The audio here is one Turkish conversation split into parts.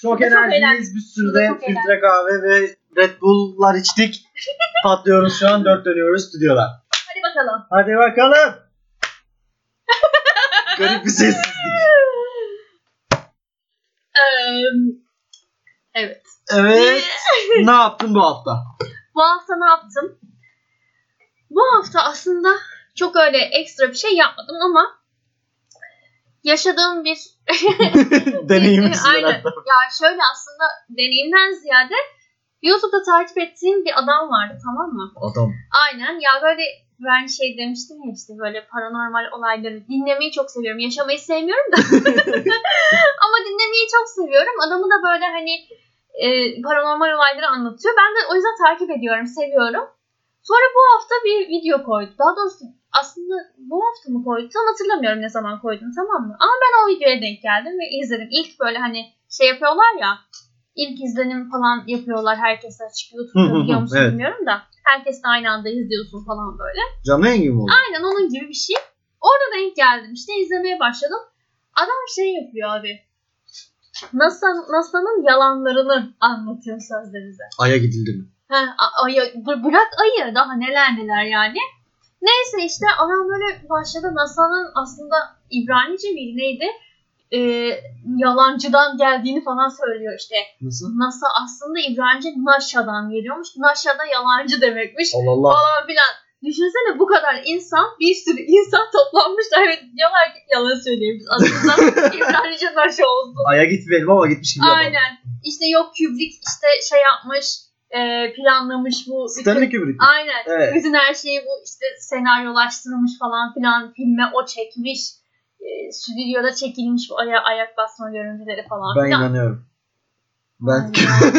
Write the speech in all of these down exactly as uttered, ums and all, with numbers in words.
Çok enerjiyiz. Bir sürü de filtre kahve ve Red Bull'lar içtik. Patlıyoruz şu an. Dört dönüyoruz stüdyoda. Hadi bakalım. Hadi bakalım. Garip bir sessizlik. Evet. Evet. Ne yaptın bu hafta? Bu hafta ne yaptım? Bu hafta aslında çok öyle ekstra bir şey yapmadım ama yaşadığım bir deneyim. Aynen. Ya şöyle aslında deneyimden ziyade YouTube'da takip ettiğim bir adam vardı, tamam mı? Adam. Aynen. Ya böyle ben şey demiştim ya, işte böyle paranormal olayları dinlemeyi çok seviyorum. Yaşamayı sevmiyorum da. Ama dinlemeyi çok seviyorum. Adamı da böyle hani e, paranormal olayları anlatıyor. Ben de o yüzden takip ediyorum, seviyorum. Sonra bu hafta bir video koydu. Daha doğrusu aslında bu hafta mı koydu? Tam hatırlamıyorum ne zaman koydum, tamam mı? Ama ben o videoya denk geldim ve izledim. İlk böyle hani şey yapıyorlar ya, ilk izlenim falan yapıyorlar. Herkese açık YouTube'da, biliyor musun evet. Bilmiyorum da. Herkesle aynı anda izliyorsun falan böyle. Canlı yayın gibi oldu. Aynen onun gibi bir şey. Orada denk geldim işte, izlemeye başladım. Adam şey yapıyor abi. NASA, NASA'nın yalanlarını anlatıyor sözde bize. Ay'a gidildi mi? Ha, aya, bırak ayı, daha neler neler yani. Neyse işte adam böyle başladı, NASA'nın aslında İbranice miydi neydi? Ee, yalancıdan geldiğini falan söylüyor işte. Nasıl? NASA aslında İbranice Nasha'dan geliyormuş. Nasha da yalancı demekmiş. Allah Allah. Falan filan. Düşünsene, bu kadar insan, bir sürü insan toplanmışlar. Evet diyorlar ki yalan söylüyoruz. Aslında İbranice Nasha olsun. Ay'a gitmeyelim ama gitmiş gibi. Aynen. Yapalım. İşte yok Kubrick işte şey yapmış, planlamış bu. Stanley Kubrick. Aynen. Evet. Bütün her şeyi bu işte senaryolaştırmış falan filan. Filme o çekmiş. E, stüdyoda çekilmiş bu aya, ayak basma görüntüleri falan ben filan. Ben inanıyorum. Ben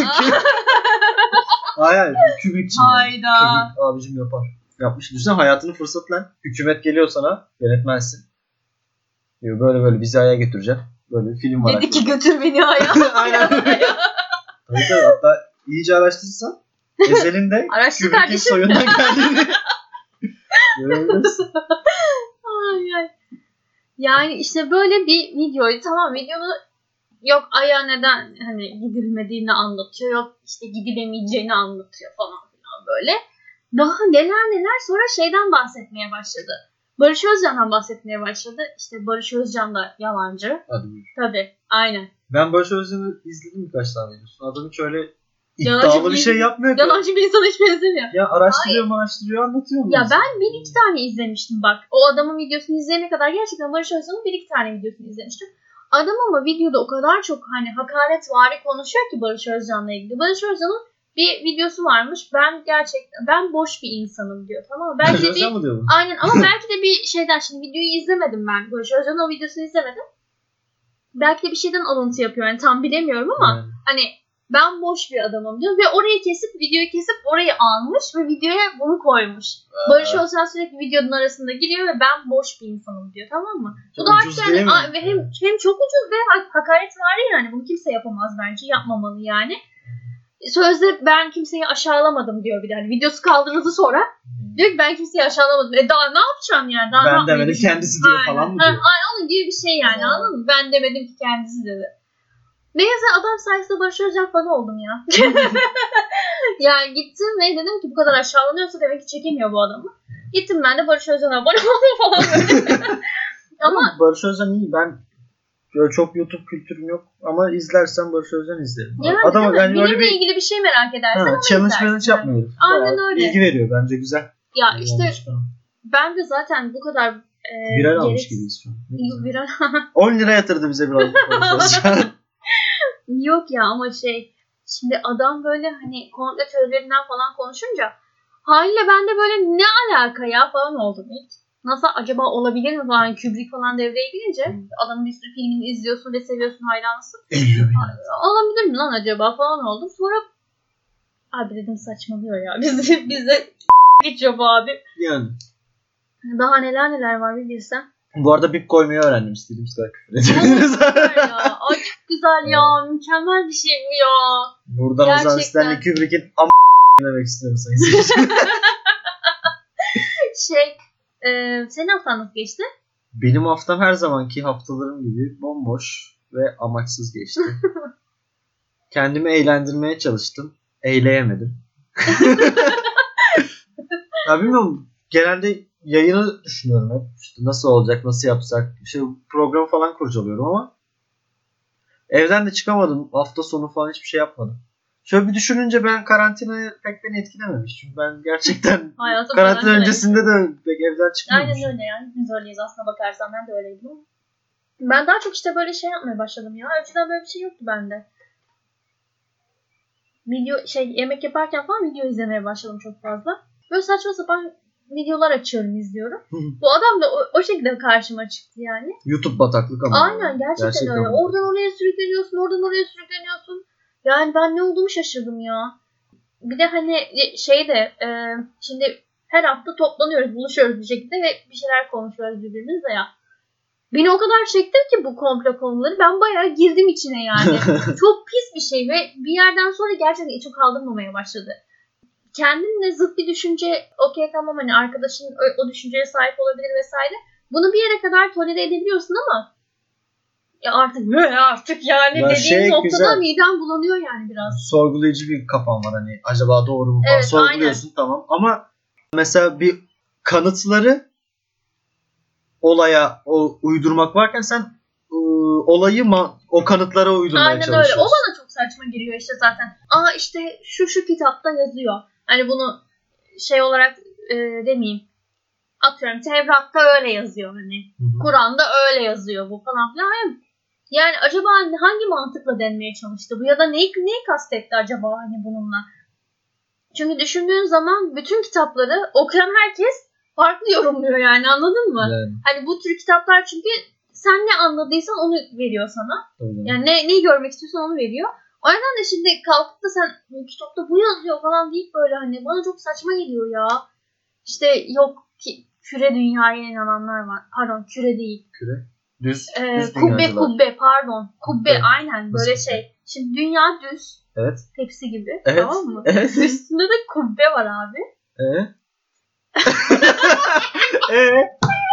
Hayır, Kubrick'çi. Hayda. Kubrick abicim yapar. Yapmış. Düşünsene hayatını fırsatla. Hükümet geliyor sana. Yönetmensin. Diyor böyle böyle bizi Ay'a götüreceğim. Böyle bir film var. Dedi ki götür beni Ay'a. Aynen. Tabii tabii. Hatta iyice araştırırsan Ezel'inde Kubrick'in soyundan geldiğini görebilirsin. Ay ay. Yani işte böyle bir videoydu. Tamam, videoda yok Ay'a neden hani gidilmediğini anlatıyor. Yok işte gidilemeyeceğini anlatıyor falan filan böyle. Daha neler neler, sonra şeyden bahsetmeye başladı. Barış Özcan'dan bahsetmeye başladı. İşte Barış Özcan da yalancı. Hadi buyur. Tabii, aynen. Ben Barış Özcan'ı izledim birkaç tane videosunu. Adam hiç öyle iddialı bir şey yapmıyor. Yalancı bir insana hiç benzemiyor. Ya araştırıyor Hayır. araştırıyor anlatıyor mu? Ya ben bir iki tane izlemiştim bak. O adamın videosunu izleyene kadar gerçekten Barış Özcan'ın bir iki tane videosunu izlemiştim. Adam ama videoda o kadar çok hani hakaretvari konuşuyor ki Barış Özcan'la ilgili. Barış Özcan'ın bir videosu varmış. Ben gerçekten ben boş bir insanım diyor. Tamam mı? Belki de bir, mı diyor bu? Aynen ama belki de bir şeyden, şimdi videoyu izlemedim ben. Barış Özcan'ın o videosunu izlemedim. Belki de bir şeyden alıntı yapıyor. Yani tam bilemiyorum ama hmm. hani ben boş bir adamım diyor ve orayı kesip videoyu kesip orayı almış ve videoya bunu koymuş. Aa. Barış Özcan sürekli videonun arasında giriyor ve ben boş bir insanım diyor, tamam mı? Çok bu da artık yani ve hem hem çok ucuz ve hakaret var yani, bunu kimse yapamaz bence, yapmamalı yani. Sözde ben kimseyi aşağılamadım diyor bir de. Hani videosu kaldırıldı sonra. Hmm. Diyor ki ben kimseyi aşağılamadım. E daha ne yapacağım yani? Daha ben demedim kendisi diyor aynen. falan mı diyor? Aynen onun gibi bir şey yani, hmm. anladın mı? Ben demedim ki kendisi dedi. Neyse adam sayesinde Barış Özcan fanı oldum ya. Yani gittim ve dedim ki bu kadar aşağılanıyorsa demek ki çekemiyor bu adamı. Gittim ben de Barış Özcan'a abone oldum falan böyle. Ama Barış Özcan iyi. Ben böyle çok YouTube kültürüm yok ama izlersen Barış Özcan izlerim. Yani, Adama yani bilimle bir ilgili bir şey merak edersen ha, onu challenge challenge yapmıyor. Aynen öyle. İlgi veriyor bence, güzel. Ya işte ben de zaten bu kadar e, viral gerek... almış gibiyiz şu an. Viral. on lira yatırdı bize biraz Barış Özcan. Yok ya ama şey, şimdi adam böyle hani komplo teorilerinden falan konuşunca haliyle ben de böyle ne alaka ya falan oldum ilk. Nasıl acaba olabilir mi falan, Kubrick falan devreye girince hmm. adamın bir sürü filmini izliyorsun ve seviyorsun, hayranısın. Olabilir mi lan acaba falan oldum. Sonra abi dedim saçmalıyor ya. Biz bize geçiyor bu abi. Yani. Daha neler neler var bir bilsen. Bu arada bip koymayı öğrendim. İstediğim kadar küfür ediyoruz. ya. Ay çok güzel ya. Evet. Mükemmel bir şey bu ya. Buradan gerçekten. O zaman Stanley Kubrick'in am demek istiyorum sayın. şey e, senin haftan nasıl geçti? Benim haftam her zamanki haftalarım gibi bomboş ve amaçsız geçti. kendimi eğlendirmeye çalıştım. Eğleyemedim. Ya bilmiyorum. Genelde yayını düşünüyorum hep. İşte nasıl olacak, nasıl yapsak. İşte program falan kurcalıyorum ama evden de çıkamadım. Hafta sonu falan hiçbir şey yapmadım. Şöyle bir düşününce ben karantinayı pek beni etkilememiş. Çünkü ben gerçekten Hayatım karantina karantina öncesinde de pek evden çıkmamışım. Aynen öyle yani. Biz öyleyiz aslına bakarsan. Ben de öyleydim ama. Ben daha çok işte böyle şey yapmaya başladım ya. Önceden böyle bir şey yoktu bende. Video şey yemek yaparken falan video izlemeye başladım çok fazla. Böyle saçma sapan videolar açıyorum, izliyorum. Bu adam da o, o şekilde karşıma çıktı yani. YouTube bataklık ama. Aynen gerçekten, gerçekten öyle. Bataklık. Oradan oraya sürükleniyorsun, oradan oraya sürükleniyorsun. Yani ben ne olduğumu şaşırdım ya. Bir de hani şey de e, şimdi her hafta toplanıyoruz, buluşuyoruz bir şekilde ve bir şeyler konuşuyoruz birbirimizle ya. Beni o kadar çekti ki bu komplo konuları. Ben bayağı girdim içine yani. Çok pis bir şey ve bir yerden sonra gerçekten içim kaldırmamaya başladı. Kendinle zıt bir düşünce, okey tamam hani arkadaşın o, o düşünceye sahip olabilir vesaire. Bunu bir yere kadar tolere edebiliyorsun ama ya artık böyle artık yani ya dediğin şey noktada güzel. Midem bulanıyor yani biraz. Sorgulayıcı bir kafan var hani acaba doğru mu falan evet, sorguluyorsun aynen. Tamam ama mesela bir kanıtları olaya o uydurmak varken sen ıı, olayı ma- o kanıtlara uydurmaya aynen çalışıyorsun. Aynen öyle. O bana çok saçma geliyor işte zaten. Aa işte şu şu kitapta yazıyor. Hani bunu şey olarak e, demeyeyim. Atıyorum Tevrat'ta öyle yazıyor hani. Hı-hı. Kur'an'da öyle yazıyor bu falan filan. Yani acaba hangi mantıkla denmeye çalıştı bu ya da neyi, neyi kastetti acaba hani bununla? Çünkü düşündüğün zaman bütün kitapları okuyan herkes farklı yorumluyor yani anladın mı? Yani. Hani bu tür kitaplar çünkü sen ne anladıysan onu veriyor sana. Öyle. Yani ne, neyi görmek istiyorsan onu veriyor. O yüzden de şimdi kalkıp da sen bu kitapta bu yazıyor falan deyip böyle hani bana çok saçma geliyor ya. İşte yok ki küre dünyaya inananlar var. Pardon küre değil. Küre? Düz. Ee, düz kubbe kubbe pardon. Kubbe evet. Aynen böyle Nasıl? Şey. Şimdi dünya düz. Evet. Tepsi gibi. Evet. Tamam mı? Evet. Üstünde de kubbe var abi. Evet. Evet.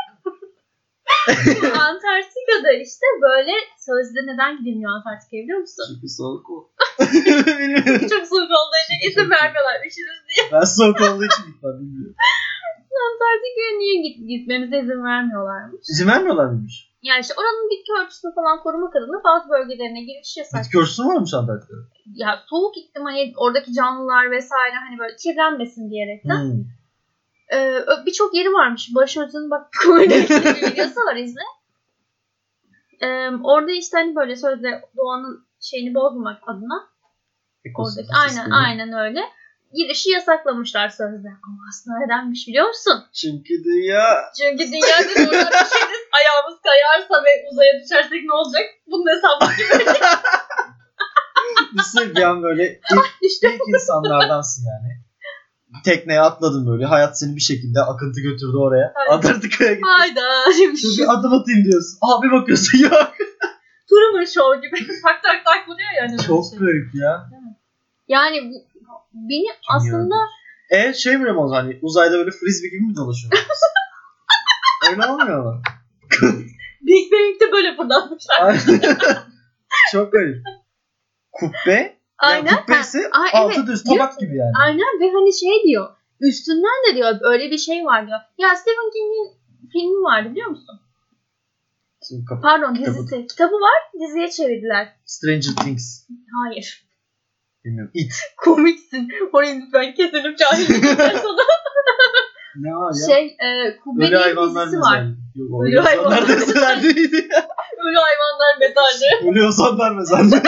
Antarktika'da işte böyle sözde neden gidilmiyor Antarktika'ya biliyor musun? Çünkü soğuk o. Çok soğuk olduğu için izin vermiyorlar üşürüz diye. Ben soğuk olduğu için gitmem bilmiyorum. Antarktika'ya niye git gitmemize izin vermiyorlarmış? İzin vermiyorlar mıymış? Yani işte oranın bitki örtüsünü falan korumak adına bazı bölgelerine giriş yasak. Bitki örtüsü varmış Antarktika'da. Ya soğuk iklim hani oradaki canlılar vesaire hani böyle kirlenmesin diyerekten. Hmm. Ee, birçok yeri varmış. Başörtünün bak bir videosu var izle. Ee, orada işte hani böyle sözde doğanın şeyini bozmamak adına oradaki, aynen aynen öyle. Girişi yasaklamışlar sözde. Ama aslında nedenmiş biliyor musun? Çünkü dünya Çünkü dünyada doğrudan düşeriz. Ayağımız kayarsa ve uzaya düşersek ne olacak? Bunun hesabı gibi. Düşünsene bir an böyle ilk, ilk insanlardansın yani. Tekneye atladın böyle. Hayat seni bir şekilde akıntı götürdü oraya. Antarktika'ya gittin. Hayda. Şimdi bir adım atayım diyorsun. Abi bakıyorsun yok. Truman Show gibi. Tak tak tak vuruyor yani. Çok şey. Garip ya. Yani bu beni Kim aslında... E şey mi o zaman? Hani uzayda böyle frisbee gibi mi dolaşıyor? Öyle olmuyor mu? Big Bang'de böyle fırlatmışlar. Çok garip. Kubbe. Aynen. Yani kubbesi ha, altı evet. Düz tabak gibi yani. Aynen ve hani şey diyor. Üstünden de diyor öyle bir şey var diyor. Ya Stephen King'in filmi vardı biliyor musun? Kap- Pardon dizisi. Kitabı. Kitabı var diziye çevirdiler. Stranger Things. Hayır. Bilmiyorum. It. Komiksin. Orayı lütfen keselim cahillikten sonra. Ne var ya? Şey e, Kubbe diye dizisi var. Yok, ölü hayvanlar mezarı değildi. Ölü hayvanlar mezarı. Ölü ozanlar mezarı.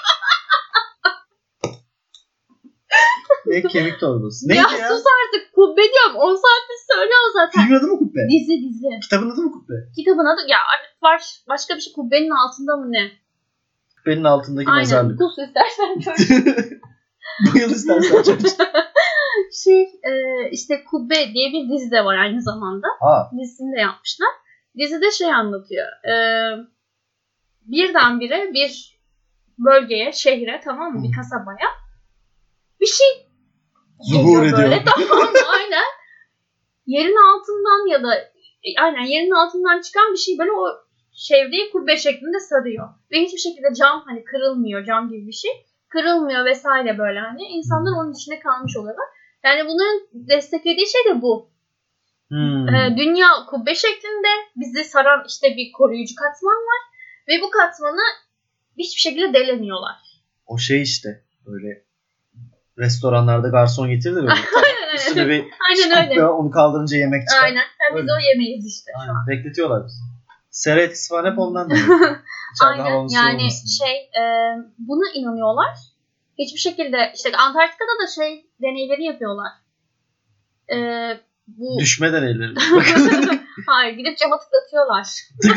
Ne kemik torbası. Neydi ya? Ya sus artık. Kubbe diyorum. on saattir söylüyor zaten. Filmin adı mı Kubbe? Dizi dizi. Kitabın adı mı Kubbe? Kitabın adı ya var başka bir şey kubbenin altında mı ne? Kubbenin altındaki aynen, mezarlık. Aynen. Kus istersen çocuk. Bayıl istersen çocuk. şey e, işte Kubbe diye bir dizi de var aynı zamanda. Aa. Dizisini de yapmışlar. Dizide şey anlatıyor. E, birdenbire bir bölgeye, şehre tamam mı? Hmm. Bir kasabaya bir şey zuhur ediyor. Böyle, tamam mı? Aynen. Yerin altından ya da aynen yerin altından çıkan bir şey böyle o çevreyi kubbe şeklinde sarıyor. Ve hiçbir şekilde cam hani kırılmıyor cam gibi bir şey. kırılmıyor vesaire böyle hani. İnsanlar onun içinde kalmış oluyorlar. Yani bunların desteklediği şey de bu. Hmm. Ee, dünya kubbe şeklinde bizi saran işte bir koruyucu katman var. Ve bu katmanı hiçbir şekilde delemiyorlar. O şey işte böyle restoranlarda garson getirir de böyle üstüne bir Aynen öyle. onu kaldırınca yemek çıkar. Aynen. Yani biz o yemeyiz işte şu Aynen. an. Bekletiyorlar bizi. Sera etkisi falan hep ondan da. Aynen. Yani şey e, buna inanıyorlar. Hiçbir şekilde işte Antarktika'da da şey deneyleri yapıyorlar. E, bu Düşme deneyleri. Hayır, gidip cama tıklatıyorlar.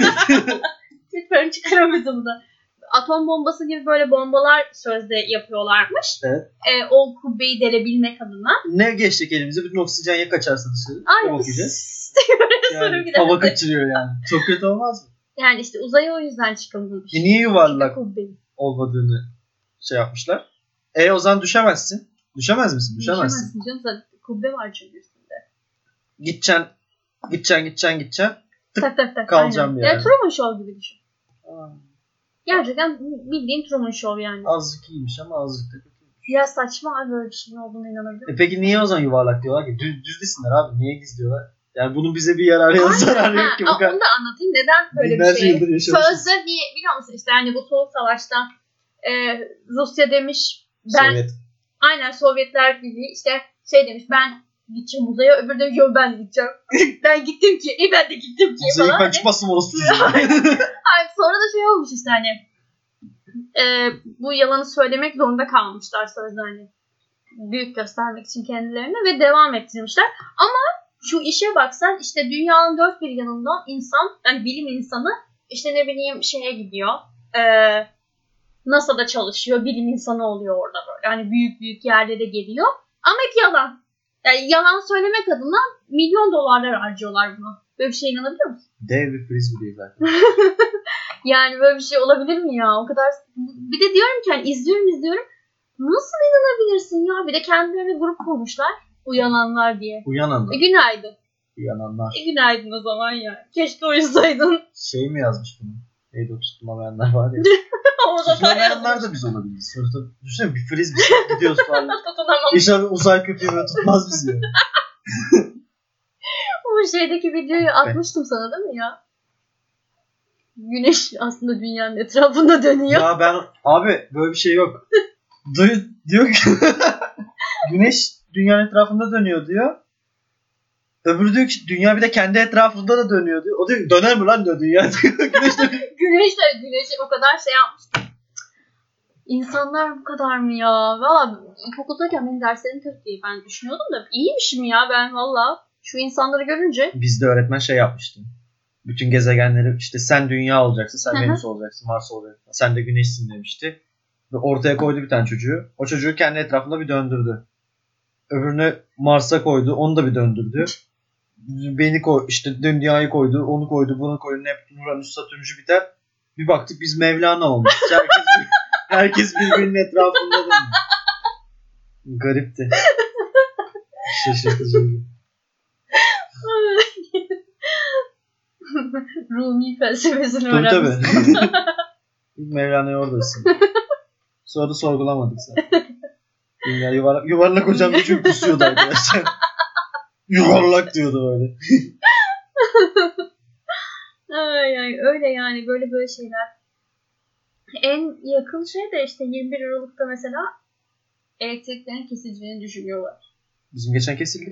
Lütfen çıkaramadığımı da. Atom bombası gibi böyle bombalar sözde yapıyorlarmış. Evet. E, o kubbeyi delebilmek adına. Ne geçecek elimize? Bütün oksijen ya kaçarsa dışarı. Aynen. Ne bakacağız? Yani, hava kaçırıyor yani. Çok kötü olmaz mı? Yani işte uzaya o yüzden çıkılmış. E niye yuvarlak olmadığını şey yapmışlar? E o zaman düşemezsin. Düşemez misin? Düşemezsin. Düşemezsin canım. Zaten kubbe var çünkü üstünde. Gideceksin. Gideceksin, gideceksin, gideceksin. Tık, tak tak tak. kalacağım aynen. bir yerde. Ya Truman Show gibi düşün. Aa, Gerçekten bildiğin Truman Show yani. azıcık iyiymiş ama azıcık da kötüymüş. Ya saçma abi böyle bir şeyin olduğuna inanabiliyor E peki niye o zaman yuvarlak diyorlar ki? Düz, düz desinler abi. Niye gizliyorlar? Yani bunun bize bir yararı ya da zararı yok ki. Bu ha, kadar. onu da anlatayım. Neden böyle Binlerce bir şey? yıldır yaşamışız. Sözde bir biliyor musun işte hani bu soğuk savaşta e, Rusya demiş ben Sovyet. aynen Sovyetler gibi işte şey demiş ben gideceğim uzaya öbür de diyor ben de gideceğim. ben gittim ki e ben de gittim ki Uzayı falan. ben çıkmasın orası. Hayır, sonra da şey olmuş işte hani e, bu yalanı söylemek zorunda kalmışlar sözde hani büyük göstermek için kendilerini ve devam ettirmişler. Ama şu işe baksan işte dünyanın dört bir yanından insan yani bilim insanı işte ne bileyim şeye gidiyor e, NASA'da çalışıyor bilim insanı oluyor orada böyle hani büyük büyük yerlere geliyor ama hep yalan. Yani yalan söylemek adına milyon dolarlar harcıyorlar buna. Böyle bir şeye inanabiliyor musun? Dev bir frisbee değil zaten. Yani böyle bir şey olabilir mi ya? O kadar bir de diyorum ki hani izliyorum izliyorum nasıl inanabilirsin ya? Bir de kendilerine grup kurmuşlar. Uyananlar diye. Uyananlar. E, günaydın. Uyananlar. E, günaydın o zaman ya. Keşke uyusaydın. Şey mi yazmış bunu? Neydi o tutulamayanlar var ya. O da Tutulamayanlar da biz olabiliriz. Sonuçta düşünsene bir frisbee gidiyoruz falan. tutunamam. İnşallah uzay köpeği böyle tutmaz bizi ya. O şeydeki videoyu atmıştım sana değil mi ya? Güneş aslında dünyanın etrafında dönüyor. Ya ben abi böyle bir şey yok. Duy, diyor ki Güneş dünyanın etrafında dönüyor diyor. Öbürü diyor ki dünya bir de kendi etrafında da dönüyor diyor. O diyor ki döner mi lan diyor dünya. Güneş de Güneş de güneşi o kadar şey yapmıştı. İnsanlar bu kadar mı ya? Valla ilkokuldayken benim derslerim kötü diye ben düşünüyordum da iyiymişim ya ben valla. Şu insanları görünce. bizde öğretmen şey yapmıştı. Bütün gezegenleri işte sen dünya olacaksın, sen Hı hı. Venüs olacaksın, Mars olacaksın. Sen de güneşsin demişti. Ve ortaya koydu bir tane çocuğu. O çocuğu kendi etrafında bir döndürdü. Öbürünü Mars'a koydu, onu da bir döndürdü. Beni koy, işte dünyayı koydu, onu koydu, bunu koydu. Neptün, Uranüs, Satürn, Jüpiter. Bir baktık biz Mevlana olmuş. Herkes, herkes birbirinin etrafında dönüyor. Garipti. Şaşırtıcıydı. Rumi felsefesini Tabii öğrenmişsin. tabii. İlk Mevlana'yı orada ısındık. Sonra da sorgulamadık zaten. Dünya yuvarlak, yuvarlak hocam da çünkü kusuyordu arkadaşlar. Yuvarlak diyordu böyle. Ay ay öyle yani böyle böyle şeyler. En yakın şey de işte yirmi bir Aralık'ta mesela elektriklerin kesileceğini düşünüyorlar. Bizim geçen kesildi.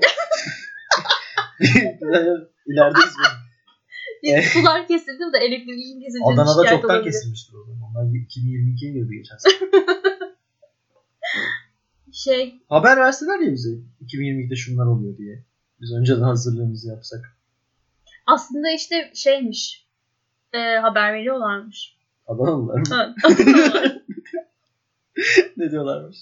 İlerideyiz mi? Biz sular kesildi de elektriğin kesileceğini Adana'da şikayet çoktan olabilir. kesilmiştir o zaman. Onlar iki bin yirmi ikiye girdi geçen sene. Şey Haber verseler ya bize. iki bin yirmi ikide şunlar oluyor diye. Biz önceden hazırlığımızı yapsak. aslında işte şeymiş e, haber veriyorlarmış. Adanalılar mı? Evet, Adanalılar. Ne diyorlarmış?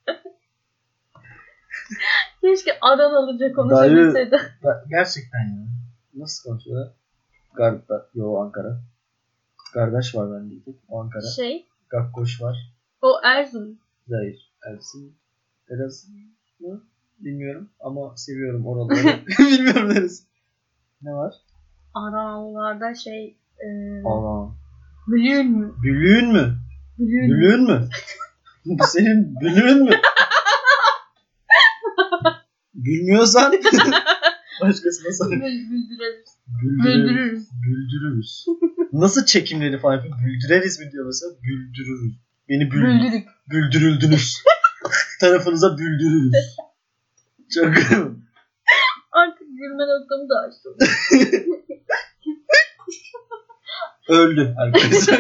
Keşke Adanalıca konuşabilseydi. Gerçekten ya. Nasıl konuşuyorlar? Garda, yo Ankara. Kardeş var bende. O Ankara. Şey Gakkoş var. o Erzurum. Zahir. Ersin. Elazığ mı? Bilmiyorum ama seviyorum oraları. Bilmiyorum neresi. Ne var? Adanalılarda şey e, Allah. Bülüğün mü? Bülüğün mü? Bülüğün mü? Bülüğün mü? Bu senin bülüğün mü? Gülmüyorsan başkasına sor. Güldürürüz. Güldürürüz. Güldürürüz. Nasıl çekimleri falan yapıyor? Güldüreriz mi diyor mesela? Güldürürüz. Beni bül Güldürük. güldürüldünüz. Tarafınıza güldürürüz. Çok Artık gülme noktamı da açtım. öldü arkadaşlar.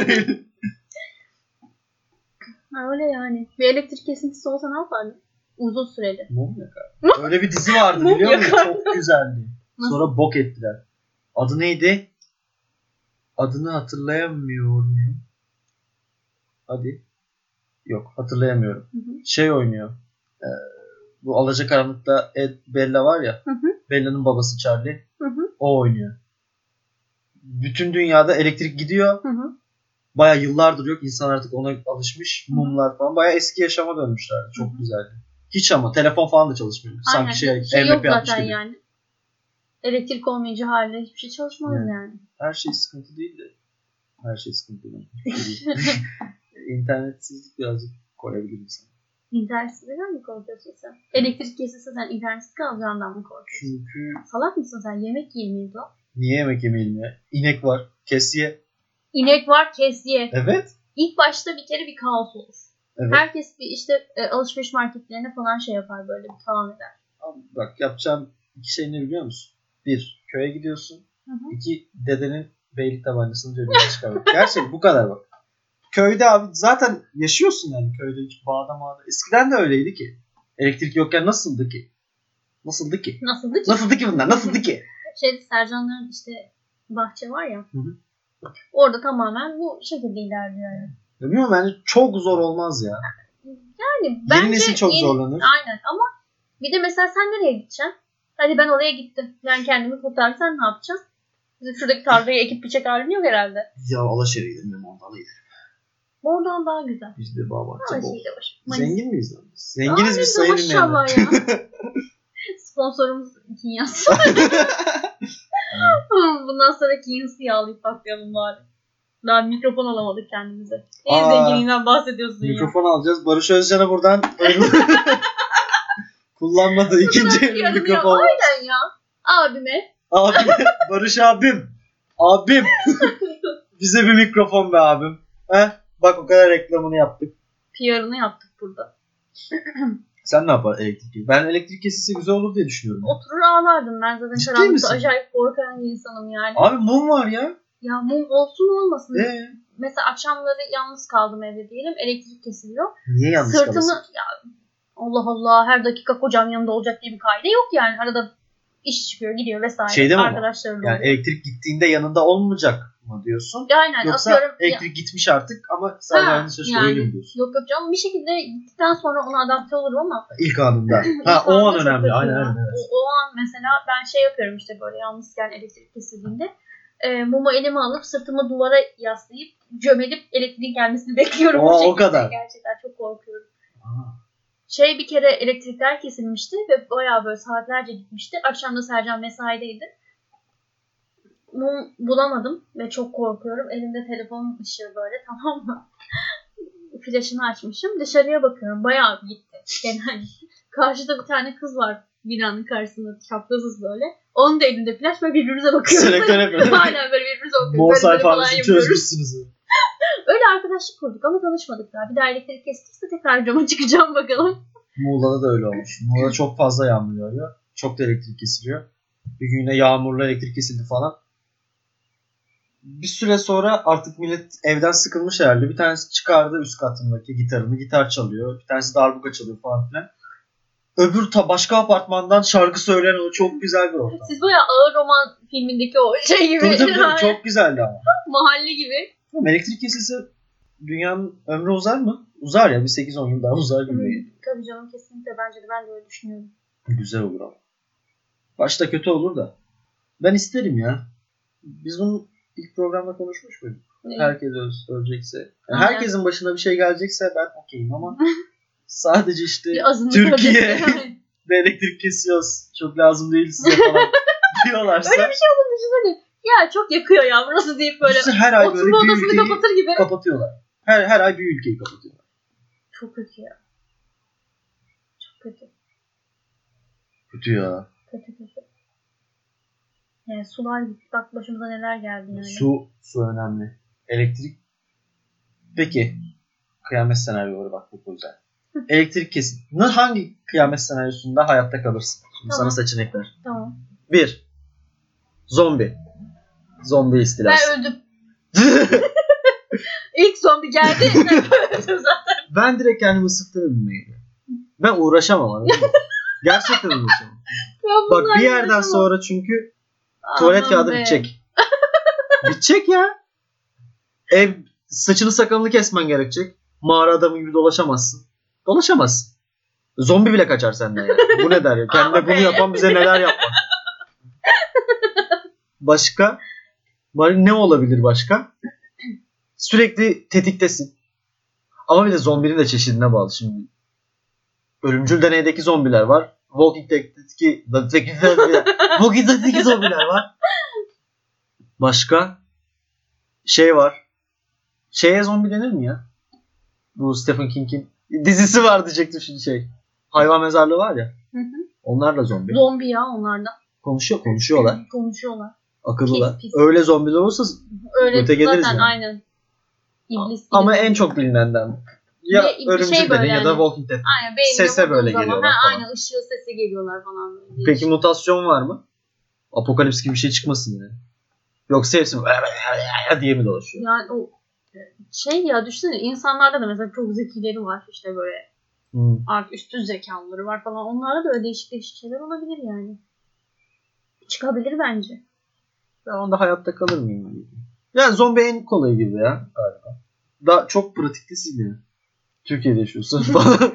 Öyle yani. Bir elektrik kesintisi olsa ne yapardın? Uzun süreli. Mum yakar. Öyle bir dizi vardı Mum biliyor musun? yakar. Çok güzeldi. Nasıl? Sonra bok ettiler. Adı neydi? Adını hatırlayamıyor muyum? Hadi. Yok hatırlayamıyorum. Hı hı. Şey oynuyor. Ee, bu Alacakaranlık'ta Ed Bella var ya. Hı hı. Bella'nın babası Charlie. Hı hı. O oynuyor. Bütün dünyada elektrik gidiyor. Hı hı. Baya yıllardır yok. İnsan artık ona alışmış. Hı. Mumlar falan. Baya eski yaşama dönmüşlerdi. Çok Hı hı. güzeldi. Hiç ama telefon falan da çalışmıyor. Aynen. Sanki şey, şey M yok P yapmış zaten gibi. yani. Elektrik olmayınca haliyle hiçbir şey çalışmaz Evet. yani. Her şey sıkıntı değil de. Her şey sıkıntı değil. Hiçbir şey değil. İnternetsizlik birazcık koyabilir insan. İnternetsizden mi korkuyorsun sen? Elektrik kesilse sen internetsiz kalacağından mı korkuyorsun? Çünkü Salak mısın sen? Yemek yemiyordu. niye yemek yemeyelim ya? İnek var. Kes ye. İnek var, kes ye. Evet. İlk başta bir kere bir kaos olur. Evet. Herkes bir işte e, alışveriş marketlerine falan şey yapar, böyle bir talan eder. Abi bak yapacağım iki şey ne biliyor musun? Bir, köye gidiyorsun. Hı hı. İki, dedenin beylik tabancasını cebine çıkarmak. Gerçekten bu kadar bak. Köyde abi zaten yaşıyorsun yani köyde hiç bağda mağda. Eskiden de öyleydi ki. Elektrik yokken nasıldı ki? Nasıldı ki? Nasıldı ki? Nasıldı ki bunlar? Nasıldı ki? Şey, Sercanların işte bahçe var ya. Hı hı. Orada tamamen bu şekilde ilerliyor yani. Bilmiyorum bence çok zor olmaz ya. Yani Yeni bence nesil çok yeni- zorlanır. Aynen ama bir de mesela sen nereye gideceksin? Hadi ben oraya gittim. Ben kendimi kurtardım. Sen ne yapacaksın? Bizim şuradaki tarlayı ekip biçecek halin yok herhalde. Ya Alaşehir'e gidelim ondan gidelim. Oradan daha güzel. Biz de bağ bahçe Ama bol. şey de var. Zengin miyiz lan biz? Zenginiz Aa, biz sayın maşallah dinleyenler. ya. Sponsorumuz Kinyas. Bundan sonra Kinyas'ı yağlayıp baklayalım bari. Daha mikrofon alamadık kendimize. En Aa, zenginliğinden bahsediyorsun ya. Mikrofon alacağız. Barış Özcan'a buradan kullanmadığı ikinci Kıyamıyor. mikrofon. Aynen ya. Abime. Abim. Barış abim. Abim. Bize bir mikrofon be abim. Heh? Bak o kadar reklamını yaptık. P R'ını yaptık burada. Sen ne yapar elektrik? Ben elektrik kesilse güzel olur diye düşünüyorum. Oturur ağlardım. Ben zaten Ciddi karanlıkta misin? acayip korkan bir insanım yani. Abi mum var ya. Ya mum olsun olmasın. Ee, Mesela akşamları yalnız kaldım evde diyelim. Elektrik kesiliyor. niye yalnız Sırtımı kalasın? ya Allah Allah her dakika kocam yanında olacak diye bir kaide yok yani. Arada iş çıkıyor gidiyor vesaire. Şeyde mi ama? Arkadaşlarımla Yani oluyor. elektrik gittiğinde yanında olmayacak mı diyorsun? Aynen Yoksa atıyorum. elektrik Ya, gitmiş artık ama sadece Ha, aynı sözü yani. öyle mi diyorsun? yok yok canım bir şekilde gittikten sonra ona adapte olurum ama İlk anında. İlk Ha o anda an çok önemli. kötü Aynen ya. aynen. Evet. O, o an mesela ben şey yapıyorum işte böyle yalnızken elektrik kesildiğinde e, mumu elime alıp sırtımı duvara yaslayıp gömelip elektriğin gelmesini bekliyorum. Aa, o o şekilde. kadar. Gerçekten çok korkuyorum. Aa. Şey bir kere elektrikler kesilmişti ve bayağı böyle saatlerce gitmişti. Akşam da Sercan mesaideydi. Mum bulamadım ve çok korkuyorum. Elimde telefonun ışığı böyle tamam mı? Flaşını açmışım. Dışarıya bakıyorum. Bayağı bir gitti. Genel. Karşıda bir tane kız var binanın karşısında. Çaprazız böyle. Onun da elinde flaş ve birbirimize bakıyoruz. Selektör yapıyoruz. Hala böyle birbirimize bakıyoruz. Mor Böyle böyle falan sayfanızı yapıyoruz. çözmüşsünüz. Öyle arkadaşlık kurduk ama tanışmadık daha. Bir daha elektrik kesilirse tekrar cama çıkacağım bakalım. Muğla'da da öyle olmuş. Muğla'da çok fazla yağmur yağıyor. Çok da elektrik kesiliyor. Bir gün yine yağmurla elektrik kesildi falan. Bir süre sonra artık millet evden sıkılmış herhalde. Bir tanesi çıkardı üst katındaki gitarını. Gitar çalıyor. Bir tanesi darbuka çalıyor falan filan. Öbür ta başka apartmandan şarkı söyleyen o çok güzel bir ortam. Siz bayağı ağır roman filmindeki o şey gibi. Tabii tabii, tabii Yani çok güzeldi ama. mahalle gibi. Ama elektrik kesilse dünyanın ömrü uzar mı? Uzar ya bir sekiz on yıl daha uzar gibi. Tabii canım kesinlikle bence de ben de öyle düşünüyorum. Güzel olur ama. Başta kötü olur da. Ben isterim ya. Biz bunu ilk programda konuşmuş muyduk? Ne? Herkes öl- ölecekse. Yani Aynen. herkesin başına bir şey gelecekse ben okeyim ama sadece işte Bir azınlık Türkiye öylesi. de elektrik kesiyoruz. Çok lazım değil size falan diyorlarsa. Öyle bir şey olduğunu düşünsene. Ya çok yakıyor ya burası deyip böyle işte her ay böyle oturma bir odasını ülkeyi kapatır gibi. kapatıyorlar. Her, her ay bir ülkeyi kapatıyorlar. Çok kötü ya. Çok kötü. Kötü ya. Kötü kötü. Yani sular gitti. Bak başımıza neler geldi yani. Su, su önemli. Elektrik. Peki. Kıyamet senaryoları bak bu güzel. Elektrik kesin. Hangi kıyamet senaryosunda hayatta kalırsın? Şimdi Tamam. sana seçenekler. Tamam. Bir. Zombi. Zombi istilası. Ben öldüm. İlk zombi geldi. Ben öldüm zaten. Ben direkt kendimi ısıttırırım neydi? Ben uğraşamam anladın mı? Gerçekten uğraşamam. Bak bir yerden sonra çünkü tuvalet Aman kağıdı be. bitecek. Bitecek ya. Ev saçını sakalını kesmen gerekecek. Mağara adamı gibi dolaşamazsın. Dolaşamazsın. Zombi bile kaçar senden ya. Bu ne der ya? Kendine Aman bunu be. yapan bize neler yapmaz. Başka? Ne olabilir başka? Sürekli tetiktesin. Ama bir de zombinin de çeşidine bağlı şimdi. Ölümcül deneydeki zombiler var. Walking Dead'deki Walking Dead'deki zombiler var. Başka? Şey var. Şeye zombi denir mi ya? Bu Stephen King'in dizisi var diyecektim şimdi şey. Hayvan mezarlığı var ya. Hı hı. Onlar da zombi. Zombi ya onlar da. Konuşuyor, konuşuyorlar. Konuşuyorlar. Akıllılar. Pis, pis. Öyle zombiler olursa Öyle öte geliriz zaten yani. aynen. İblis gibi. ama en çok bilinenden ya Bir- bir Ölümcül şey Deney böyle ya da yani. Walking Dead. Aynen, beynine Sese vurduğun böyle zaman, geliyorlar ha, falan. aynen ışığı sesi geliyorlar falan. Böyle. Peki mutasyon var mı? Apokalips gibi bir şey çıkmasın yani. Yoksa hepsi diye mi dolaşıyor? Yani o şey ya düşünsene insanlarda da mesela çok zekileri var işte böyle Hmm. artık üstün zekalıları var falan. Onlarda da öyle değişik değişik şeyler olabilir yani. Çıkabilir bence. Ben onda hayatta kalır mıyım? Yani, yani zombi en kolayı gibi ya galiba. Daha çok pratiktesin ya. Türkiye'de yaşıyorsun falan.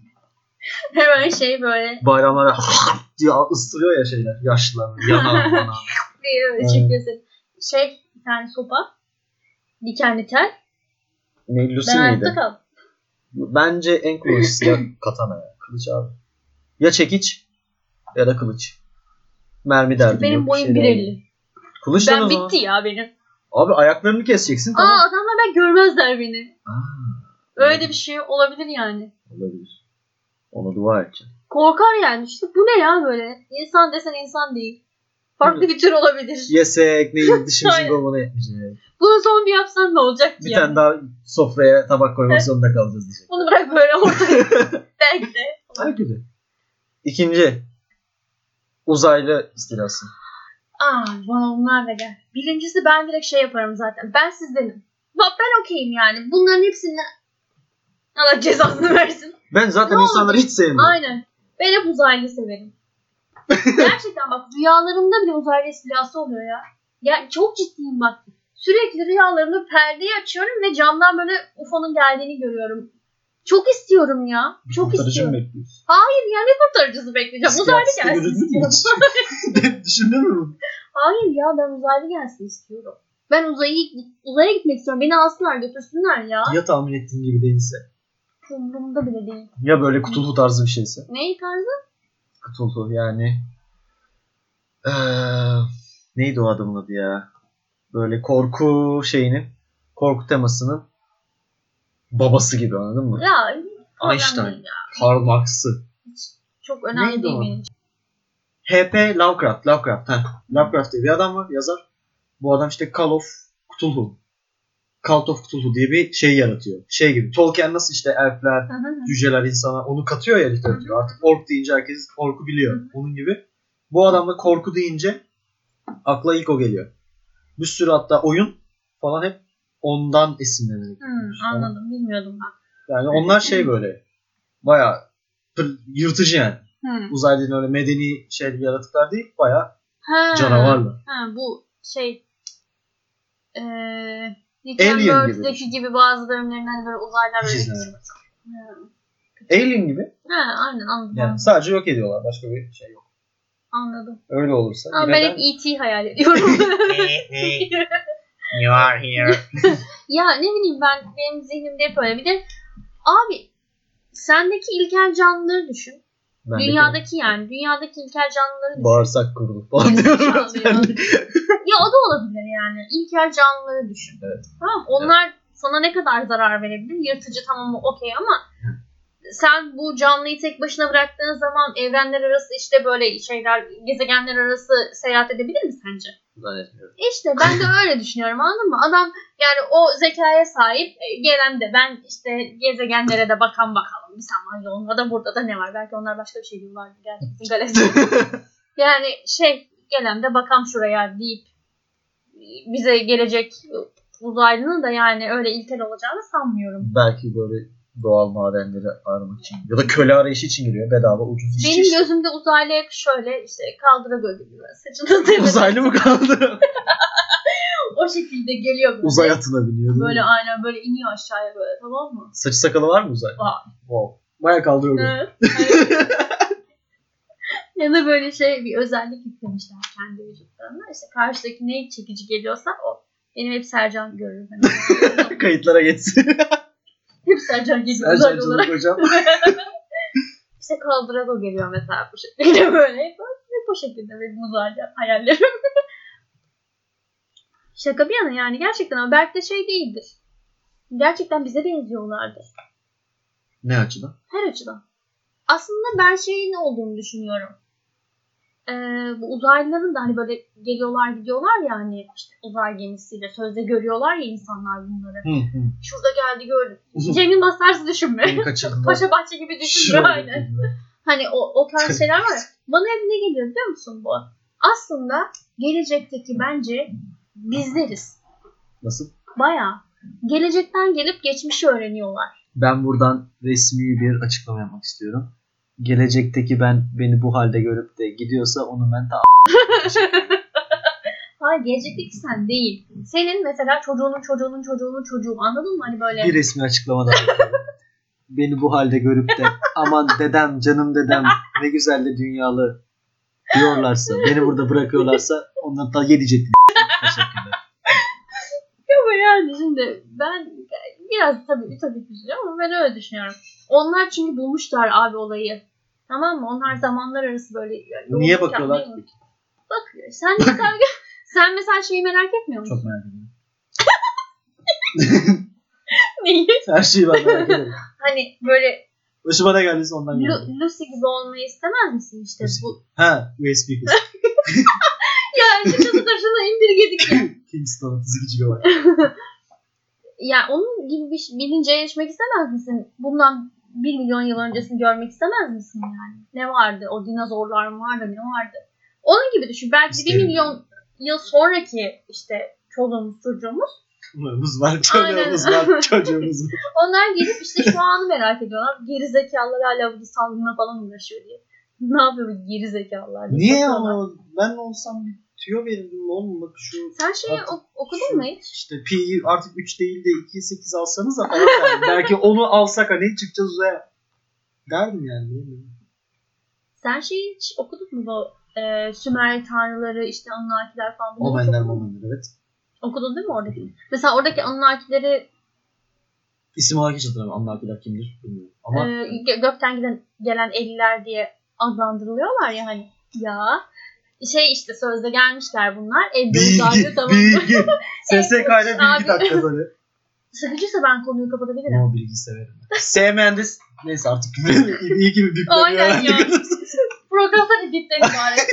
Hemen şey böyle Bayramlara diye ıstırıyor ya şeyler. Yaşlılar. Yana bana. diye böyle Evet. çekiyorsun. Şey bir tane sopa. Dikenli tel. Ne Lucy Ben miydi? hayatta kal. Bence en kullanışlısı ya katana ya. Kılıç abi. Ya çekiç ya da kılıç. Mermi derdim Benim yok, boyum bir bir şey elli. derdim. Kılıçtan Ben o zaman. bitti ya benim. Abi ayaklarını keseceksin tamam. Aa adamlar ben görmezler beni. Aa, Öyle bir şey olabilir yani. olabilir. Ona dua edeceğim. Korkar yani işte bu ne ya böyle. İnsan desen insan değil. Farklı Evet. bir tür olabilir. Yesek neyi dişimizin Aynen. golmana yetmeyecek. Bunu zombi yapsan ne olacak ki Bir yani? tane daha sofraya tabak koymak zorunda kalacağız diyecek. Bunu bırak böyle ortaya. Belki de. Belki de. İkinci. Uzaylı istilası. Aa bana onlar da gel. Birincisi ben direkt şey yaparım zaten. Ben sizdenim. Bak ben okeyim yani. Bunların hepsini Allah cezasını versin. Ben zaten Ne insanları oldu? hiç sevmiyorum. Aynen. Ben hep uzaylı severim. Gerçekten bak rüyalarımda bile uzaylı istilası oluyor ya. Ya çok ciddiyim bak. Sürekli rüyalarımda perdeyi açıyorum ve camdan böyle U F O'nun geldiğini görüyorum. Çok istiyorum ya. Bir Çok kurtarıcı istiyorum. mı bekliyorsun? Hayır ya ne kurtarıcısı bekleyeceğim. Uzaylı Psikiyatriste gelsin göründün mü istiyorum. hiç? Düşündün mü bunu? Hayır ya ben uzaylı gelsin istiyorum. Ben uzaya, uzaya gitmek istiyorum. Beni alsınlar götürsünler ya. Ya tahmin ettiğin gibi değilse? Umurumda bile değil. Ya böyle kutulu tarzı bir şeyse? Neyi tarzı? Kutulu yani. Ee, neydi o adamın adı ya? Böyle korku şeyinin, korku temasının babası gibi anladın mı? Ya Einstein. değil ya. Karl Marx'ı. Çok önemli Neydi değil o? benim için. H P. Lovecraft. Lovecraft. Heh. Lovecraft diye bir adam var. Yazar. Bu adam işte Call of Cthulhu. Cult of Cthulhu diye bir şey yaratıyor. Şey gibi. Tolkien nasıl işte elfler, Hı hı hı. cüceler insana onu katıyor ya literatüre. Artık ork deyince herkes korku biliyor. Hı hı. Onun gibi. Bu adam da korku deyince akla ilk o geliyor. Bir sürü hatta oyun falan hep ondan esinlenerek. Hmm, yapılmış falan. anladım. Bilmiyordum ben. Yani onlar şey böyle bayağı pır- yırtıcı yani. Hmm. Uzaylıların öyle medeni şey yaratıklar değil. Bayağı Ha. canavarlar. Ha, bu şey eee Rick Alien and gibi Morty'deki düşün. gibi bazı bölümlerinden böyle uzaylılar Hiç böyle. izlemedim. Ha. Alien gibi. Ha, aynen anladım. Yani sadece yok ediyorlar. Başka bir şey yok. Anladım. Öyle olursa. Ama yine ben de- hep E T hayal ediyorum. You are here. Ya ne bileyim ben benim zihnimde hep öyle. Bir de abi sendeki ilkel canlıları düşün. Ben de Dünyadaki yani. Dünyadaki ilkel canlıları düşün. bağırsak kurulu falan diyorum. Çalıyor. Ya o da olabilir yani. İlkel canlıları düşün. Evet. Tamam onlar sana ne kadar zarar verebilir? Yırtıcı tamam okey ama sen bu canlıyı tek başına bıraktığın zaman evrenler arası işte böyle şeyler, gezegenler arası seyahat edebilir mi sence? Zannetmiyorum. İşte ben de öyle düşünüyorum, anladın mı? Adam yani o zekaya sahip, gelen de ben işte gezegenlere de bakan bakalım. Bir zaman yolunda da burada da ne var? Belki onlar başka bir şey diyorlar. Gerçi bizim galaksi. Yani şey, gelen de bakan şuraya deyip bize gelecek uzaylının da yani öyle ilkel olacağını sanmıyorum. Belki böyle doğal madenleri aramak için ya da köle arayışı için giriyor. Bedava ucuz işçi. Benim işte. gözümde uzaylı hep şöyle işte kaldıra böyle saçını tepeden. Uzaylı mı kaldı? O şekilde geliyor böyle. Uzay atına biniyor. Değil Böyle mi? aynen böyle iniyor aşağıya böyle, tamam mı? Saçı sakalı var mı uzay? Var. Wow. Baya kaldırıyor. Evet. Ya da böyle şey bir özellik yüklemişler kendi vücutlarına. İşte karşıdaki ne çekici geliyorsa o. Benim hep Sercan görür. Hani. Kayıtlara geçsin. Hep Sercan geliyor Sercan uzaylı Canım olarak. hocam. İşte Kaldırago geliyor mesela bu şekilde böyle. Hep, hep o şekilde benim uzaylı hayallerim. Şaka bir yana yani gerçekten ama belki de şey değildir. Gerçekten bize benziyorlardır. Ne açıdan? Her açıdan. Aslında ben şeyin ne olduğunu düşünüyorum. Ee, bu uzaylıların da hani böyle geliyorlar gidiyorlar ya hani işte uzay gemisiyle sözde görüyorlar ya insanlar bunları. Hı hı. Şurada geldi gördüm. Cem Yılmaz tarzı düşünme. Beni kaçırdılar. Paşa Bahçe gibi düşünme Şuraya aynen. getirdiler. Hani o, o tarz şeyler var ya. Bana hep ne geliyor biliyor musun bu? Aslında gelecekteki bence bizleriz. Nasıl? Bayağı. Gelecekten gelip geçmişi öğreniyorlar. Ben buradan resmi bir açıklama yapmak istiyorum. Gelecekteki ben beni bu halde görüp de gidiyorsa onu ben ta Hayır, gelecekteki sen değil. Senin mesela çocuğunun çocuğunun çocuğunun çocuğu, anladın mı? Hani böyle. bir resmi açıklama daha yapıyorum. Beni bu halde görüp de aman dedem canım dedem ne güzel de dünyalı diyorlarsa, beni burada bırakıyorlarsa ondan da yedi ciddi. Teşekkürler. Ama yani şimdi ben biraz tabii ütopik düşünüyorum ama ben öyle düşünüyorum. Onlar çünkü bulmuşlar abi olayı. Tamam mı? Onlar zamanlar arası böyle. Yani Niye bakıyorlar ki? Bakıyor. Sen mesela, sen mesela şeyi merak etmiyor musun? Çok merak ediyorum. Neyi? Her şeyi ben merak ediyorum. Hani böyle Başıma ne geldiyse ondan geldi. Lu- Lucy gibi olmayı istemez misin işte Lucy. bu? Ha, U S B kız. Ya şunu da şunu indirgedik ya. Kingston otuz iki gigabayt. Ya onun gibi bir bilince erişmek istemez misin? Bundan bir milyon yıl öncesini görmek istemez misin yani? Ne vardı? O dinozorlar mı vardı? Ne vardı? Onun gibi düşün. Belki İsterim. bir milyon yıl sonraki işte çoluğumuz çocuğumuz. Çocuğumuz var, çocuğumuz var, çocuğumuz var. Onlar gelip işte şu anı merak ediyorlar. Geri zekalılar hala bu salgınla falan uğraşıyor diye. Ne yapıyor bu geri zekalılar diye. Niye bakıyorlar. ama ben olsam bir tüyo verirdim oğlum bak şu. Sen şeyi Artık ok- okudun mu hiç? İşte pi'yi artık üç değil de ikiye sekiz alsanız da falan yani. Belki onu alsak hani çıkacağız uzaya. Derdim yani. Bilmiyorum. Sen şeyi hiç okudun mu bu e, Sümer tanrıları işte Anunnakiler falan? Bunları Omenler okudun mu? momenler evet. Okudun değil mi oradaki? Mesela oradaki Anunnakileri İsim olarak hiç hatırlamıyorum. Anlakiler kimdir bilmiyorum. Ama e, gö- gökten giden, gelen eliler diye adlandırılıyorlar ya hani. Ya şey işte sözde gelmişler bunlar. Evde uzaylı bilgi, tamam mı? bilgi. S S K ile Abi. bilgi dakika tabii. Sıkıcıysa ben konuyu kapatabilirim. No bilgi severim. Sevmeyen de neyse artık küfür iyi gibi bir Aynen ya. Programda dipten ibaret.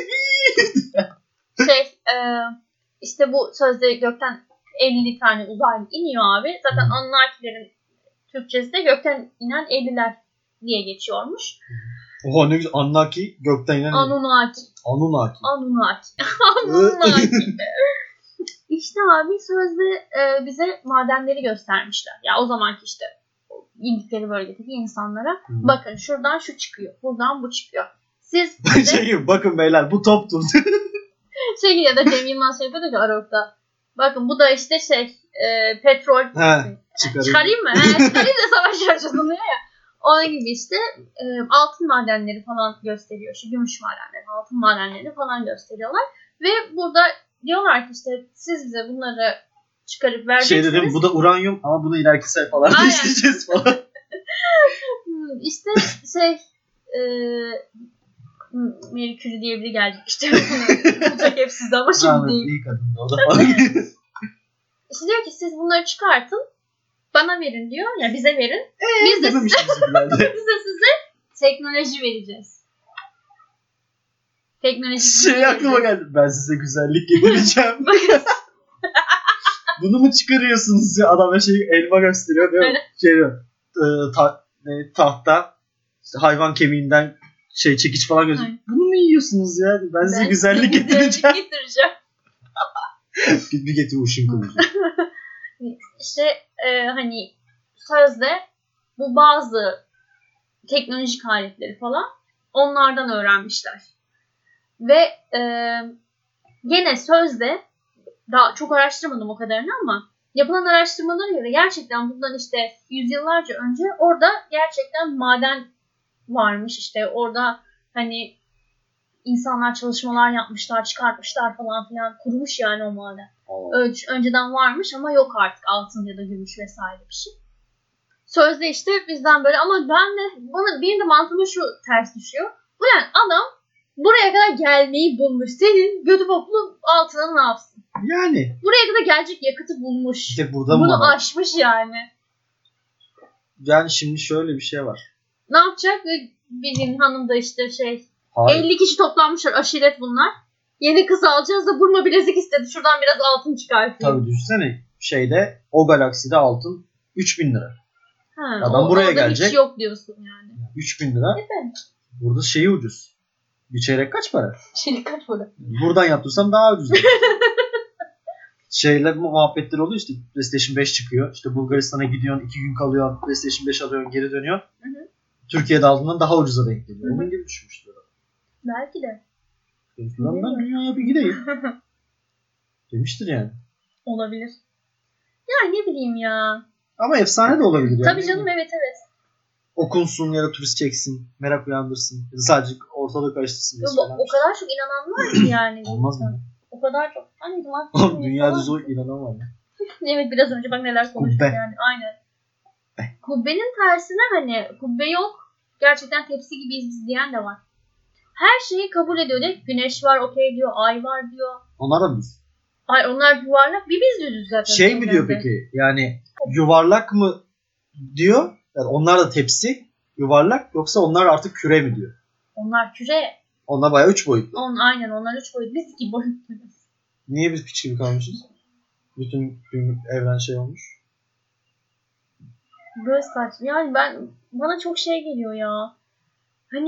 şey e, işte bu sözde gökten elli tane uzaylı iniyor abi. Zaten Anunnakilerin Türkçesi de gökten inen elliler diye geçiyormuş. Oha ne güzel. Anunnaki gökten inen. Anunnaki. Anunnaki. Anunnaki. Anunnaki. İşte abi sözde e, bize madenleri göstermişler. Ya o zamanki işte indikleri bölgedeki insanlara. Hı. Bakın şuradan şu çıkıyor. Buradan bu çıkıyor. Siz şey gibi bakın beyler bu toptur. şey ya da Cem Yılmaz şey yapıyordu ki Arok'ta. Bakın bu da işte şey e, petrol. He çıkarayım. Çıkarayım mı? He, çıkarayım da savaş yaşanıyor ya. Onun gibi işte e, altın madenleri falan gösteriyor. Şu gümüş madenleri, altın madenleri falan gösteriyorlar. Ve burada diyorlar ki işte siz bize bunları çıkarıp Şey vereceksiniz. dedim bu da uranyum ama bunu ileriki sayfalarda Aynen. işleyeceğiz falan. Hmm, İşte şey e, Marie Curie diye biri gelecek işte. Bulacak hep sizde ama şimdi değil. Rahmetli iyi kadındı o da falan. İşte diyor ki siz bunları çıkartın. Bana verin diyor. Ya bize verin. Eee Biz de size, biz de size teknoloji vereceğiz. Teknoloji Şey aklıma geldi. Ben size güzellik getireceğim. Bunu mu çıkarıyorsunuz ya? Adama şey elma gösteriyor değil mi? Aynen. Şey diyor. E, ta, ne, tahta işte hayvan kemiğinden şey çekiç falan gözüküyor. Aynen. Bunu mu yiyorsunuz ya? Ben, ben size güzellik size getireceğim. getireceğim. Git bir getir uşun kılıcı. İşte e, hani sözde bu bazı teknolojik aletleri falan onlardan öğrenmişler. Ve e, gene sözde daha çok araştırmadım o kadarını ama yapılan araştırmalara göre gerçekten bundan işte yüzyıllarca önce orada gerçekten maden varmış. İşte orada hani insanlar çalışmalar yapmışlar, çıkartmışlar falan filan. Kurumuş yani o maden. Ö- önceden varmış ama yok artık altın ya da gümüş vesaire bir şey. Sözde işte bizden böyle ama ben de bana benim de mantığıma şu ters düşüyor. Bu yani adam buraya kadar gelmeyi bulmuş. Senin götü boklu altına ne yapsın? Yani. Buraya kadar gelecek yakıtı bulmuş. İşte burada mı Bunu var? aşmış yani. Yani şimdi şöyle bir şey var. Ne yapacak? Bizim hanım da işte şey Hayır. elli kişi toplanmışlar, aşiret bunlar. Yeni kız alacağız da burma bilezik istedi. Şuradan biraz altın çıkartayım. Tabii düşünsene şeyde o galakside altın üç bin lira. Ha, Adam o, buraya orada gelecek. hiç yok diyorsun yani. üç bin lira. Evet. Burada şeyi ucuz. Bir çeyrek kaç para? Çelik kaç para? Buradan yaptırsam daha ucuz. Şeyler muhabbetler oluyor işte PlayStation beş çıkıyor. İşte Bulgaristan'a gidiyorsun, iki gün kalıyorsun, PlayStation beş alıyorsun, geri dönüyorsun. Hı hı. Türkiye'de aldığından daha ucuza denk geliyor. Hı hı. Onun gibi düşünmüştür. Belki de. Lan ben dünyaya bir gideyim. Demiştir yani. Olabilir. Ya ne bileyim ya. Ama efsane de olabilir yani. Tabii canım evet evet. Okunsun ya da turist çeksin, merak uyandırsın. Ya da sadece ortalığı karıştırsın diye O, o söylenmiş. kadar çok inanan var ki yani. Olmaz mı? O kadar çok. Hani Oğlum dünyada zor inanan var ya. Evet biraz önce bak neler konuştuk Kubbe. yani. Aynen. Kubbenin tersine hani kubbe yok. Gerçekten tepsi gibiyiz biz diyen de var. Her şeyi kabul ediyor. De. Güneş var okey diyor. Ay var diyor. Onlar da biz. Ay onlar yuvarlak. Bir biz düzüz zaten. Şey mi diyor peki? Yani yuvarlak mı diyor? Yani onlar da tepsi yuvarlak yoksa onlar artık küre mi diyor? Onlar küre. Onlar bayağı üç boyutlu. On, aynen onlar üç boyut. Biz iki boyutluyuz. Niye biz piç gibi kalmışız? Bütün, bütün evren şey olmuş. Böyle saçma. Yani ben bana çok şey geliyor ya. Hani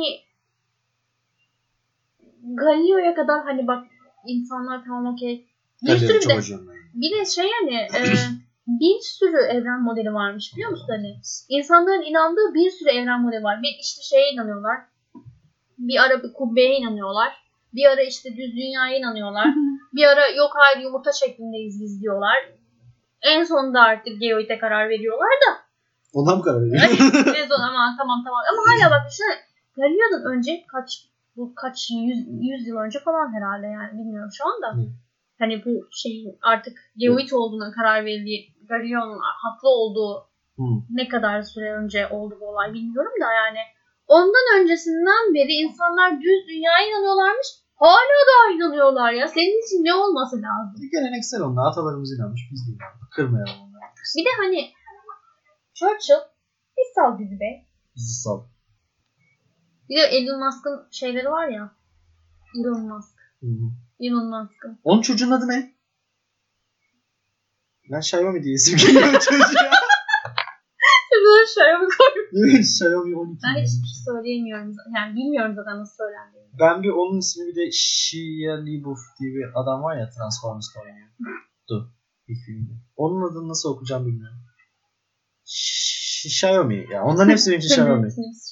Galileo'ya kadar hani bak insanlar tamam okey. Bir Tabii, sürü çok de acıyorum ben. bir de şey hani e, bir sürü evren modeli varmış biliyor musun hani? İnsanların inandığı bir sürü evren modeli var. Bir işte şeye inanıyorlar. Bir ara bir kubbeye inanıyorlar. Bir ara işte düz dünyaya inanıyorlar. Bir ara yok hayır yumurta şeklindeyiz biz diyorlar. En sonunda artık geoide karar veriyorlar da. Ondan mı karar veriyor? En son ama tamam tamam. Ama hala bak işte Galileo'dan önce kaç bu kaç yüz, yüz yıl önce falan herhalde yani bilmiyorum şu anda. Hı. Hani bu şeyin artık geoid olduğuna karar verildiği, Galileo'nun haklı olduğu Hı. ne kadar süre önce oldu bu olay bilmiyorum da yani ondan öncesinden beri insanlar düz dünyaya inanıyorlarmış. Hala da inanıyorlar ya. Senin için ne olması lazım? Bir geleneksel onlar. Atalarımız inanmış. Biz de inandık. Kırmayalım onları. Bir de hani Churchill bir sal bizi be. Bizi sal. Bir de Elon Musk'ın şeyleri var ya. Elon Musk. Hı hı. Elon Musk'ın. Onun çocuğun adı ne? Ben Xiaomi diye isim geliyor çocuğa. Şurada şöyle bir koy. Xiaomi on iki. Ben hiç söyleyemiyorum. Yani bilmiyorum zaten nasıl söylendiğini. Ben bir onun ismi bir de Shia LaBeouf diye bir adam var ya Transformers'ta oynuyor. Du. Bir filmde. Onun adını nasıl okuyacağım bilmiyorum. Ş- Xiaomi ya. Onların hepsi benim için Xiaomi.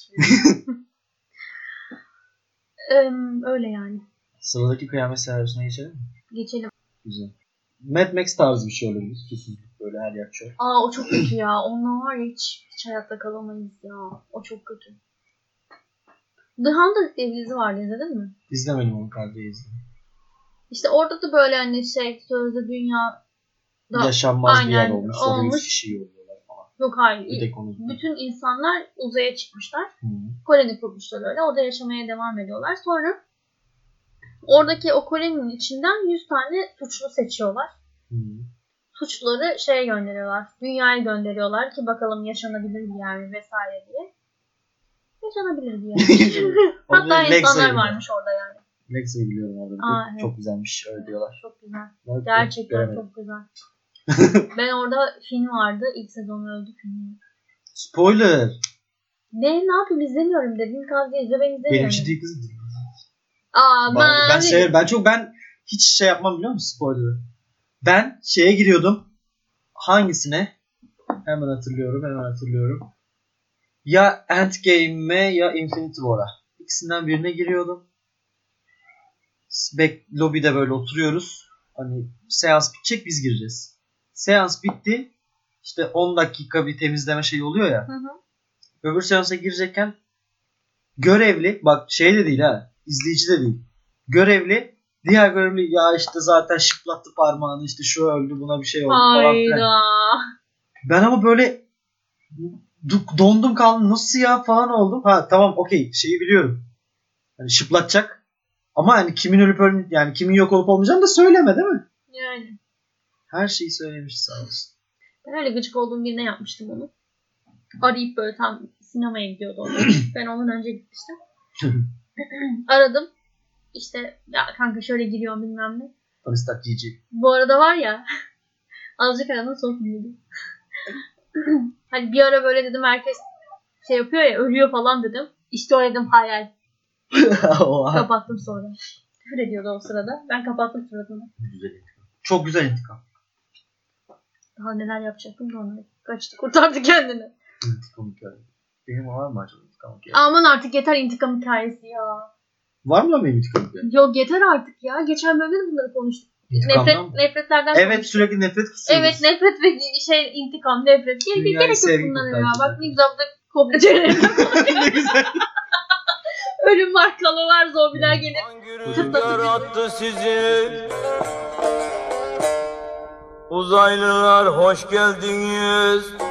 Eee, öyle yani. Sıradaki kıyamet senaryosuna geçelim mi? Geçelim. Güzel. Mad Max tarzı bir şey olabilir. Susuzluk böyle her yer çöl. Aa o çok kötü ya. Onunla var ya hiç, hiç hayatta kalamayız ya. O çok kötü. The Hundred diye bir dizi vardı izledin mi? İzlemedim onu kardeşi izledim. İşte orada da böyle hani şey sözde dünya da yaşanmaz bir yer aynen olmuş. Sonra olmuş. yüz kişi yolluyorlar falan. Yok hayır. Bir tek onu. Bütün insanlar uzaya çıkmışlar. Hı. Koloni kurmuşlar öyle. Orada yaşamaya devam ediyorlar. Sonra oradaki o koloninin içinden yüz tane suçlu seçiyorlar. Hı. suçluları şeye gönderiyorlar. Dünyaya gönderiyorlar ki bakalım yaşanabilir bir yer mi vesaire diye. Yaşanabilir bir yer. Hatta Lexa'yı insanlar biliyorum. varmış orada yani. Lexa'yı biliyorum orada. Aa, evet. Çok güzelmiş öyle diyorlar. Çok güzel. Ben Gerçekten göremedim. çok güzel. Ben orada film vardı. İlk sezonu öldü filmi. Spoiler. Ne ne yapayım izlemiyorum dedim. Kavga izle ben izlemiyorum. Benim için değil kızım. Aa, Ben, ben, severim. Ben çok ben hiç şey yapmam biliyor musun spoiler'ı? Ben şeye giriyordum. Hangisine? Hemen hatırlıyorum, hemen hatırlıyorum. Ya Endgame'e ya Infinity War'a. İkisinden birine giriyordum. Back lobide böyle oturuyoruz. Hani seans bitecek biz gireceğiz. Seans bitti. İşte on dakika bir temizleme şeyi oluyor ya. Hı hı. Öbür seansa girecekken görevli, bak şey de değil ha, izleyici de değil. Görevli, diğer görevli ya işte zaten şıplattı parmağını, işte şu öldü, buna bir şey oldu falan filan. Hayda. Ben ama böyle du- dondum kaldım, nasıl ya falan oldum. Ha tamam okey, şeyi biliyorum. Hani şıplatacak. Ama hani kimin ölüp ölmeyeceğini, yani kimin yok olup olmayacağını da söyleme değil mi? Yani. Her şeyi söylemiş sağ olsun. Ben öyle gıcık olduğum birine yapmıştım onu. Arayıp böyle tam sinemaya gidiyordu o da. Ben ondan önce gitmiştim. Aradım. İşte ya kanka şöyle giriyorum bilmem ne. Tony Stark G G. Bu arada var ya azıcık aradan son filmiydi. Hani bir ara böyle dedim herkes şey yapıyor ya ölüyor falan dedim. İşte o dedim hayal. Kapattım sonra. Küfür ediyordu o sırada. Ben kapattım suratını. Güzel intikam. Çok güzel intikam. Daha neler yapacaktım da onları. Kaçtı kurtardı kendini. İntikam hikayesi. Benim var mı acaba intikam hikayesi? Aman artık yeter intikam hikayesi ya. Var mı lan benim intikam hikayesi? Yok yeter artık ya. Geçen bölümde de bunları konuştuk. İntikamdan Nefret, mı? nefretlerden Evet konuştuk. sürekli nefret kusuyoruz. Evet nefret ve şey intikam nefret. Gerek, Dünyayı gerek yok sevgi bunlara ya. kurtarıcı. Bak ne güzel burada komple çenelerinde Ne güzel. ölüm var kalılar zombiler gelir. Hangi rüzgar attı sizi? Uzaylılar hoş geldiniz.